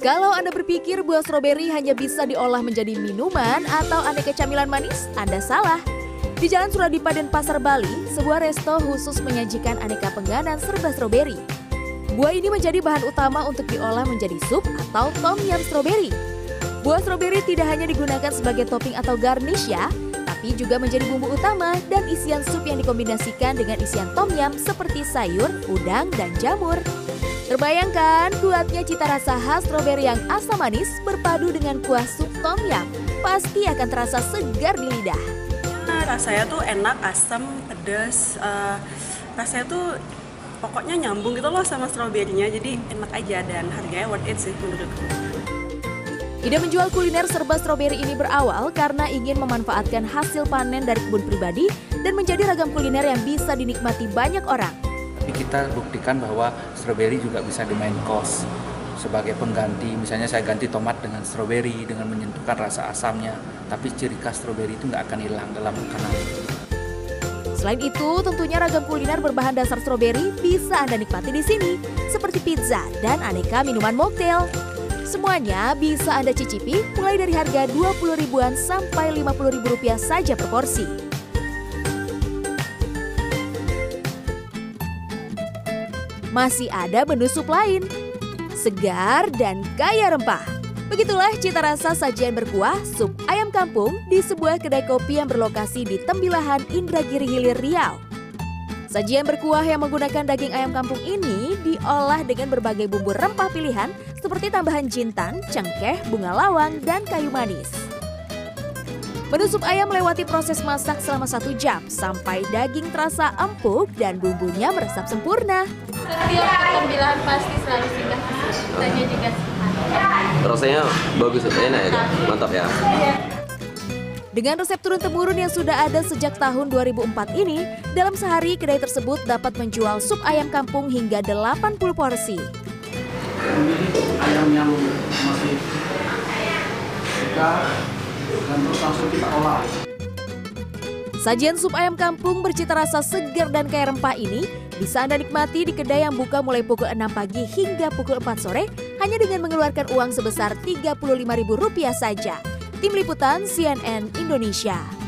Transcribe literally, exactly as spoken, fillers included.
Kalau Anda berpikir buah stroberi hanya bisa diolah menjadi minuman atau aneka camilan manis, Anda salah. Di Jalan Suradipa dan Pasar Bali, sebuah resto khusus menyajikan aneka penganan serba stroberi. Buah ini menjadi bahan utama untuk diolah menjadi sup atau tom yum stroberi. Buah stroberi tidak hanya digunakan sebagai topping atau garnish ya, tapi juga menjadi bumbu utama dan isian sup yang dikombinasikan dengan isian tom yum seperti sayur, udang, dan jamur. Terbayangkan kuatnya cita rasa khas stroberi yang asam manis berpadu dengan kuah sup tom yum. Pasti akan terasa segar di lidah. Nah, rasanya tuh enak, asam, pedas. Uh, rasanya tuh pokoknya nyambung gitu loh sama stroberinya. Jadi enak aja dan harganya worth it sih menurutku. Ide menjual kuliner serba stroberi ini berawal karena ingin memanfaatkan hasil panen dari kebun pribadi dan menjadi ragam kuliner yang bisa dinikmati banyak orang. Tapi kita buktikan bahwa stroberi juga bisa di main course sebagai pengganti. Misalnya saya ganti tomat dengan stroberi dengan menyentuhkan rasa asamnya, tapi ciri khas stroberi itu nggak akan hilang dalam makanan. Selain itu, tentunya ragam kuliner berbahan dasar stroberi bisa Anda nikmati di sini, seperti pizza dan aneka minuman mocktail. Semuanya bisa Anda cicipi mulai dari harga dua puluh ribuan sampai lima puluh ribu rupiah saja per porsi. Masih ada menu sup lain, segar dan kaya rempah. Begitulah cita rasa sajian berkuah sup ayam kampung di sebuah kedai kopi yang berlokasi di Tembilahan, Indragiri Hilir, Riau. Sajian berkuah yang menggunakan daging ayam kampung ini diolah dengan berbagai bumbu rempah pilihan seperti tambahan jintan, cengkeh, bunga lawang, dan kayu manis. Menu sup ayam melewati proses masak selama satu jam sampai daging terasa empuk dan bumbunya meresap sempurna. Setiap ketembilan pasti selalu singgah ke sini. Tanya juga rasanya bagus, enak ya, mantap ya. Dengan resep turun-temurun yang sudah ada sejak tahun dua ribu empat ini, dalam sehari kedai tersebut dapat menjual sup ayam kampung hingga delapan puluh porsi. Ayam yang masih segar dan terus langsung kita olah. Sajian sup ayam kampung bercita rasa segar dan kaya rempah ini bisa Anda nikmati di kedai yang buka mulai pukul enam pagi hingga pukul empat sore hanya dengan mengeluarkan uang sebesar tiga puluh lima ribu rupiah saja. Tim Liputan C N N Indonesia.